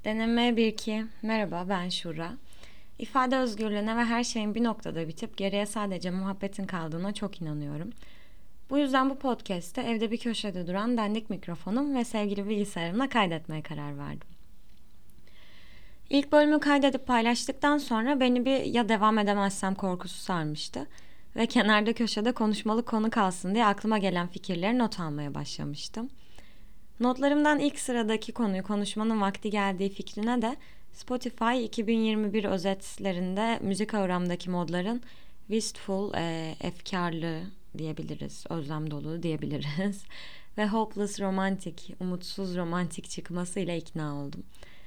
Deneme 1-2. Merhaba, ben Şura. İfade özgürlüğüne ve her şeyin bir noktada bitip geriye sadece muhabbetin kaldığına çok inanıyorum. Bu yüzden bu podcast'te evde bir köşede duran dandik mikrofonum ve sevgili bilgisayarımla kaydetmeye karar verdim. İlk bölümü kaydedip paylaştıktan sonra beni bir ya devam edemezsem korkusu sarmıştı ve kenarda köşede konuşmalı konu kalsın diye aklıma gelen fikirleri not almaya başlamıştım. Notlarımdan ilk sıradaki konuyu konuşmanın vakti geldiği fikrine de Spotify 2021 özetlerinde müzik auramdaki modların wistful, efkarlı diyebiliriz, özlem dolu diyebiliriz ve hopeless romantic, umutsuz romantik çıkmasıyla ikna oldum.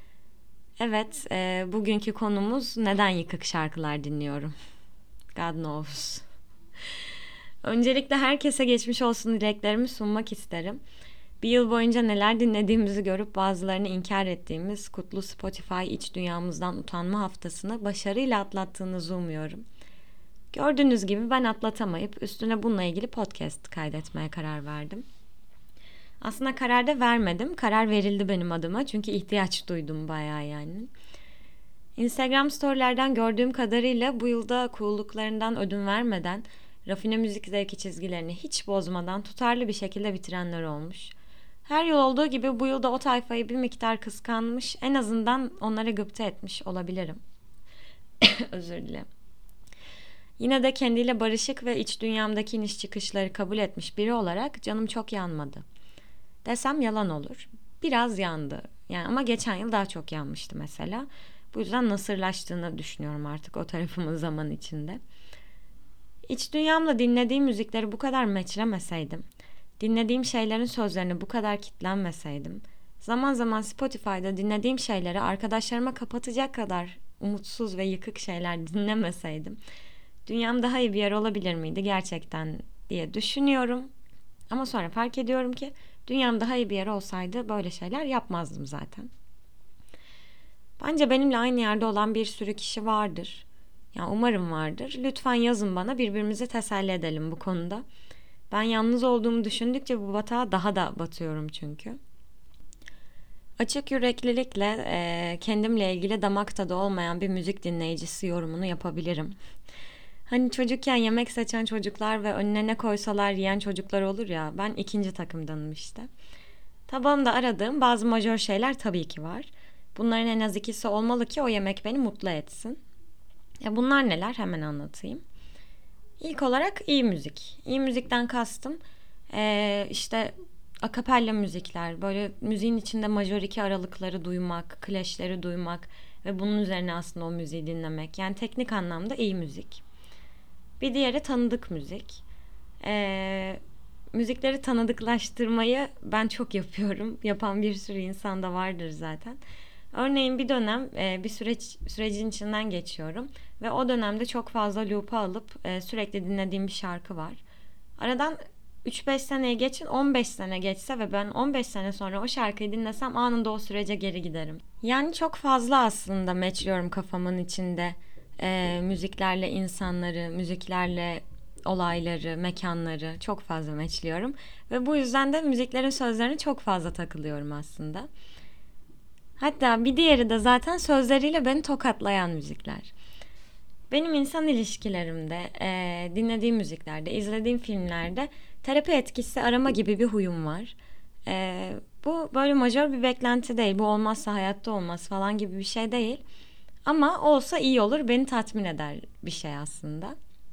Evet, bugünkü konumuz neden yıkık şarkılar dinliyorum. God knows. Öncelikle herkese geçmiş olsun dileklerimi sunmak isterim. Bir yıl boyunca neler dinlediğimizi görüp bazılarını inkar ettiğimiz kutlu Spotify iç dünyamızdan utanma haftasını başarıyla atlattığınızı umuyorum. Gördüğünüz gibi ben atlatamayıp üstüne bununla ilgili podcast kaydetmeye karar verdim. Aslında karar da vermedim. Karar verildi benim adıma çünkü ihtiyaç duydum bayağı yani. Instagram storylerden gördüğüm kadarıyla bu yılda cool'luklarından ödün vermeden, rafine müzik zevki çizgilerini hiç bozmadan tutarlı bir şekilde bitirenler olmuş. Her yıl olduğu gibi bu yılda o tayfayı bir miktar kıskanmış, en azından onlara gıpta etmiş olabilirim. Özür dilerim. Yine de kendiyle barışık ve iç dünyamdaki iniş çıkışları kabul etmiş biri olarak canım çok yanmadı. Desem yalan olur. Biraz yandı. Yani ama geçen yıl daha çok yanmıştı mesela. Bu yüzden nasırlaştığını düşünüyorum artık o tarafımın zaman içinde. İç dünyamla dinlediğim müzikleri bu kadar meçlemeseydim, dinlediğim şeylerin sözlerine bu kadar kitlenmeseydim, zaman zaman Spotify'da dinlediğim şeyleri arkadaşlarıma kapatacak kadar umutsuz ve yıkık şeyler dinlemeseydim, dünyam daha iyi bir yer olabilir miydi gerçekten diye düşünüyorum. Ama sonra fark ediyorum ki dünyam daha iyi bir yer olsaydı böyle şeyler yapmazdım zaten. Bence benimle aynı yerde olan bir sürü kişi vardır. Yani umarım vardır. Lütfen yazın bana, birbirimizi teselli edelim bu konuda. Ben yalnız olduğumu düşündükçe bu batağa daha da batıyorum çünkü. Açık yüreklilikle kendimle ilgili damak tadı olmayan bir müzik dinleyicisi yorumunu yapabilirim. Hani çocukken yemek seçen çocuklar ve önüne ne koysalar yiyen çocuklar olur ya, ben ikinci takımdanım işte. Tabağımda aradığım bazı majör şeyler tabii ki var. Bunların en az ikisi olmalı ki o yemek beni mutlu etsin. Bunlar neler? Hemen anlatayım. İlk olarak iyi müzik. İyi müzikten kastım işte akapella müzikler, böyle müziğin içinde majör iki aralıkları duymak, klashleri duymak ve bunun üzerine aslında o müziği dinlemek. Yani teknik anlamda iyi müzik. Bir diğeri tanıdık müzik. Müzikleri tanıdıklaştırmayı ben çok yapıyorum. Yapan bir sürü insan da vardır zaten. Örneğin bir dönem bir sürecin içinden geçiyorum ve o dönemde çok fazla loop'a alıp sürekli dinlediğim bir şarkı var. Aradan 3-5 seneye geçin, 15 sene geçse ve ben 15 sene sonra o şarkıyı dinlesem anında o sürece geri giderim. Yani çok fazla aslında matchliyorum kafamın içinde müziklerle insanları, müziklerle olayları, mekanları çok fazla matchliyorum ve bu yüzden de müziklerin sözlerine çok fazla takılıyorum aslında. Hatta bir diğeri de zaten sözleriyle beni tokatlayan müzikler. Benim insan ilişkilerimde, dinlediğim müziklerde, izlediğim filmlerde terapi etkisi arama gibi bir huyum var. Bu böyle majör bir beklenti değil, bu olmazsa hayatta olmaz falan gibi bir şey değil. Ama olsa iyi olur, beni tatmin eder bir şey aslında.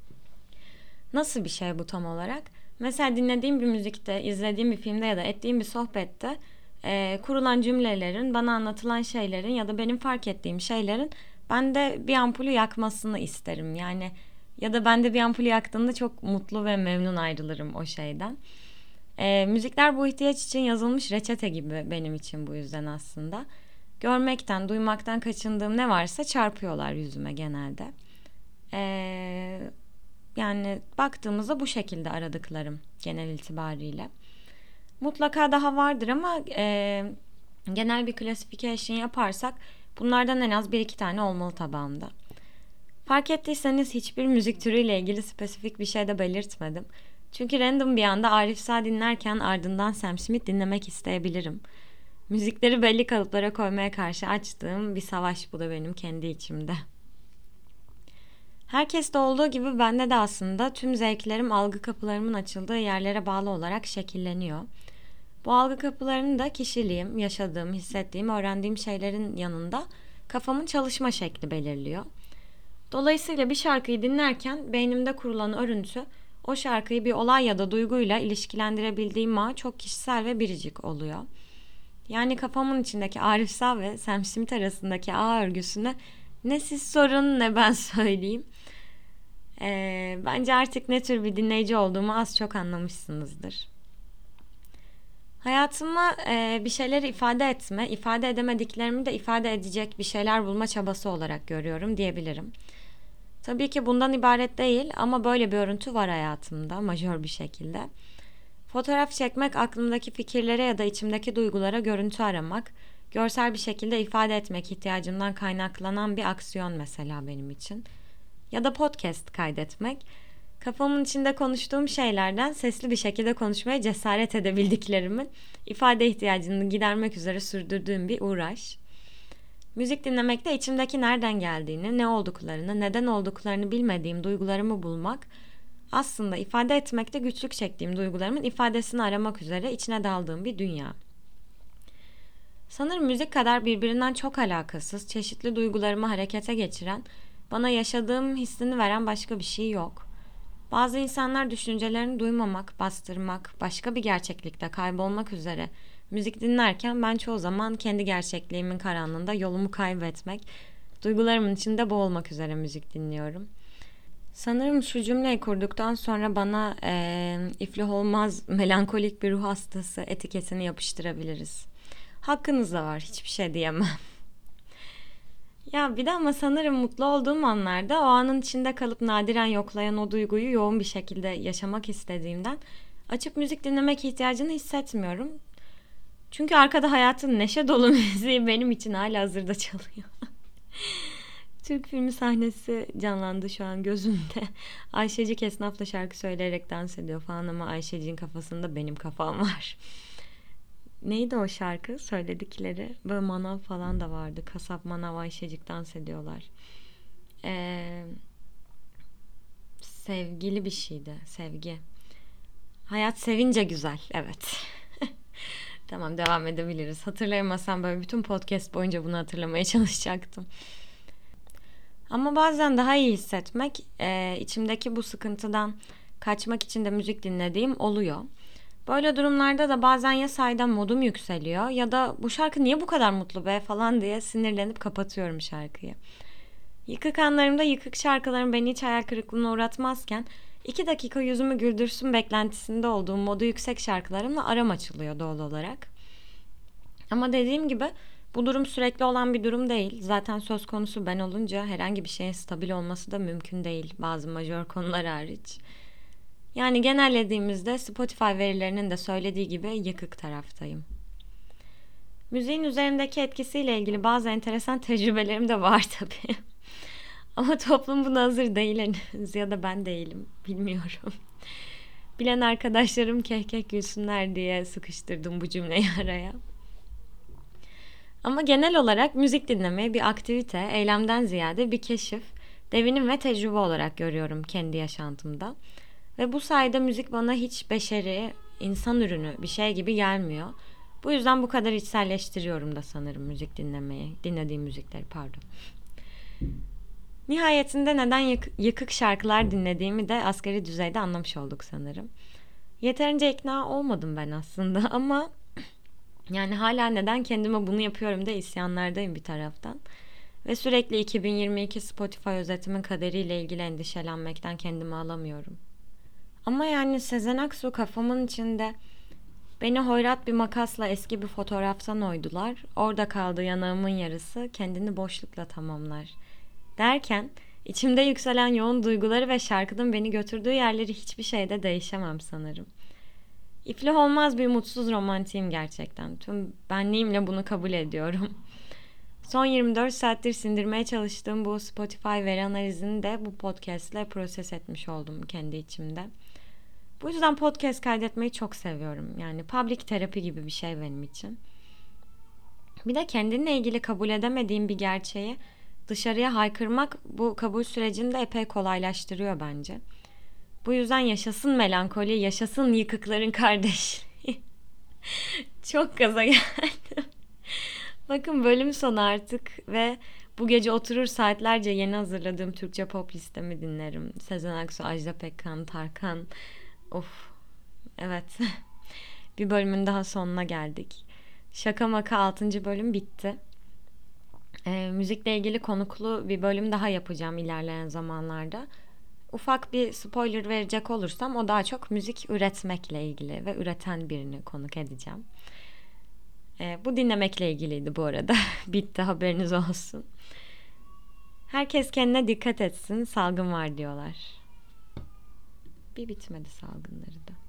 Nasıl bir şey bu tam olarak? Mesela dinlediğim bir müzikte, izlediğim bir filmde ya da ettiğim bir sohbette kurulan cümlelerin, bana anlatılan şeylerin ya da benim fark ettiğim şeylerin bende bir ampulü yakmasını isterim. Yani ya da bende bir ampulü yaktığında çok mutlu ve memnun ayrılırım o şeyden. Müzikler bu ihtiyaç için yazılmış reçete gibi benim için bu yüzden aslında. Görmekten, duymaktan kaçındığım ne varsa çarpıyorlar yüzüme genelde. Yani baktığımızda bu şekilde aradıklarım genel itibariyle. Mutlaka daha vardır ama genel bir classification yaparsak bunlardan en az bir iki tane olmalı tabağımda. Fark ettiyseniz hiçbir müzik türüyle ilgili spesifik bir şey de belirtmedim. Çünkü random bir anda Arif Sağ dinlerken ardından Sam Smith dinlemek isteyebilirim. Müzikleri belli kalıplara koymaya karşı açtığım bir savaş bu da benim kendi içimde. Herkeste olduğu gibi bende de aslında tüm zevklerim algı kapılarımın açıldığı yerlere bağlı olarak şekilleniyor. Bu algı kapılarını da kişiliğim, yaşadığım, hissettiğim, öğrendiğim şeylerin yanında kafamın çalışma şekli belirliyor. Dolayısıyla bir şarkıyı dinlerken beynimde kurulan örüntü o şarkıyı bir olay ya da duyguyla ilişkilendirebildiğim ağ çok kişisel ve biricik oluyor. Yani kafamın içindeki Arif Sağ ve Sam Smith arasındaki ağ örgüsünü ne siz sorun ne ben söyleyeyim. Bence artık ne tür bir dinleyici olduğumu az çok anlamışsınızdır. Hayatıma bir şeyleri ifade etme, ifade edemediklerimi de ifade edecek bir şeyler bulma çabası olarak görüyorum diyebilirim. Tabii ki bundan ibaret değil ama böyle bir örüntü var hayatımda majör bir şekilde. Fotoğraf çekmek aklımdaki fikirlere ya da içimdeki duygulara görüntü aramak, görsel bir şekilde ifade etmek ihtiyacımdan kaynaklanan bir aksiyon mesela benim için. Ya da podcast kaydetmek, kafamın içinde konuştuğum şeylerden sesli bir şekilde konuşmaya cesaret edebildiklerimin ifade ihtiyacını gidermek üzere sürdürdüğüm bir uğraş. Müzik dinlemekte içimdeki nereden geldiğini, ne olduklarını, neden olduklarını bilmediğim duygularımı bulmak, aslında ifade etmekte güçlük çektiğim duygularımın ifadesini aramak üzere içine daldığım bir dünya. Sanırım müzik kadar birbirinden çok alakasız, çeşitli duygularımı harekete geçiren, bana yaşadığım hissini veren başka bir şey yok. Bazı insanlar düşüncelerini duymamak, bastırmak, başka bir gerçeklikte kaybolmak üzere müzik dinlerken ben çoğu zaman kendi gerçekliğimin karanlığında yolumu kaybetmek, duygularımın içinde boğulmak üzere müzik dinliyorum. Sanırım şu cümleyi kurduktan sonra bana iflah olmaz melankolik bir ruh hastası etiketini yapıştırabiliriz. Hakkınız da var, hiçbir şey diyemem. Ya bir de ama sanırım mutlu olduğum anlarda o anın içinde kalıp nadiren yoklayan o duyguyu yoğun bir şekilde yaşamak istediğimden açıp müzik dinlemek ihtiyacını hissetmiyorum. Çünkü arkada hayatın neşe dolu müziği benim için hala hazırda çalıyor. Türk filmi sahnesi canlandı şu an gözümde. Ayşecik esnafla şarkı söyleyerek dans ediyor falan ama Ayşecik'in kafasında benim kafam var. Neydi o şarkı söyledikleri? Böyle manav falan da vardı. Kasap manav Ayşecik dans ediyorlar. Sevgili bir şeydi. Sevgi. Hayat sevince güzel. Evet. Tamam devam edebiliriz. Hatırlayamazsam böyle bütün podcast boyunca bunu hatırlamaya çalışacaktım. Ama bazen daha iyi hissetmek, içimdeki bu sıkıntıdan kaçmak için de müzik dinlediğim oluyor. Böyle durumlarda da bazen ya sahiden modum yükseliyor ya da bu şarkı niye bu kadar mutlu be falan diye sinirlenip kapatıyorum şarkıyı. Yıkık anlarımda yıkık şarkılarım beni hiç hayal kırıklığına uğratmazken 2 dakika yüzümü güldürsün beklentisinde olduğum modu yüksek şarkılarımla aram açılıyor doğal olarak. Ama dediğim gibi bu durum sürekli olan bir durum değil. Zaten söz konusu ben olunca herhangi bir şeyin stabil olması da mümkün değil bazı majör konular hariç. Yani genellediğimizde Spotify verilerinin de söylediği gibi yıkık taraftayım. Müziğin üzerindeki etkisiyle ilgili bazı enteresan tecrübelerim de var tabii. Ama toplum buna hazır değil henüz ya da ben değilim bilmiyorum. Bilen arkadaşlarım kehkeh gülsünler diye sıkıştırdım bu cümleyi araya. Ama genel olarak müzik dinlemeyi bir aktivite, eylemden ziyade bir keşif, devinim ve tecrübe olarak görüyorum kendi yaşantımda. Ve bu sayede müzik bana hiç beşeri, insan ürünü bir şey gibi gelmiyor. Bu yüzden bu kadar içselleştiriyorum da sanırım müzik dinlemeyi, dinlediğim müzikleri pardon. Nihayetinde neden yıkık şarkılar dinlediğimi de asgari düzeyde anlamış olduk sanırım. Yeterince ikna olmadım ben aslında ama yani hala neden kendime bunu yapıyorum da isyanlardayım bir taraftan. Ve sürekli 2022 Spotify özetimin kaderiyle ilgili endişelenmekten kendimi alamıyorum. Ama yani Sezen Aksu kafamın içinde beni hoyrat bir makasla eski bir fotoğraftan oydular. Orada kaldı yanağımın yarısı kendini boşlukla tamamlar. Derken içimde yükselen yoğun duyguları ve şarkının beni götürdüğü yerleri hiçbir şeyde değişemem sanırım. İflah olmaz bir mutsuz romantiyim gerçekten. Tüm benliğimle bunu kabul ediyorum. Son 24 saattir sindirmeye çalıştığım bu Spotify veri analizini de bu podcastle proses etmiş oldum kendi içimde. Bu yüzden podcast kaydetmeyi çok seviyorum. Yani public terapi gibi bir şey benim için. Bir de kendinle ilgili kabul edemediğin bir gerçeği dışarıya haykırmak bu kabul sürecini de epey kolaylaştırıyor bence. Bu yüzden yaşasın melankoli, yaşasın yıkıkların kardeşliği. Çok gaza geldim. Bakın bölüm sonu artık ve bu gece oturur saatlerce yeni hazırladığım Türkçe pop listemi dinlerim. Sezen Aksu, Ajda Pekkan, Tarkan. Of. Evet. Bir bölümün daha sonuna geldik. Şaka maka 6. bölüm bitti. Müzikle ilgili konuklu bir bölüm daha yapacağım ilerleyen zamanlarda. Ufak bir spoiler verecek olursam o daha çok müzik üretmekle ilgili ve üreten birini konuk edeceğim. Bu dinlemekle ilgiliydi bu arada. Bitti, haberiniz olsun. Herkes kendine dikkat etsin. Salgın var diyorlar. Bir bitmedi salgınları da.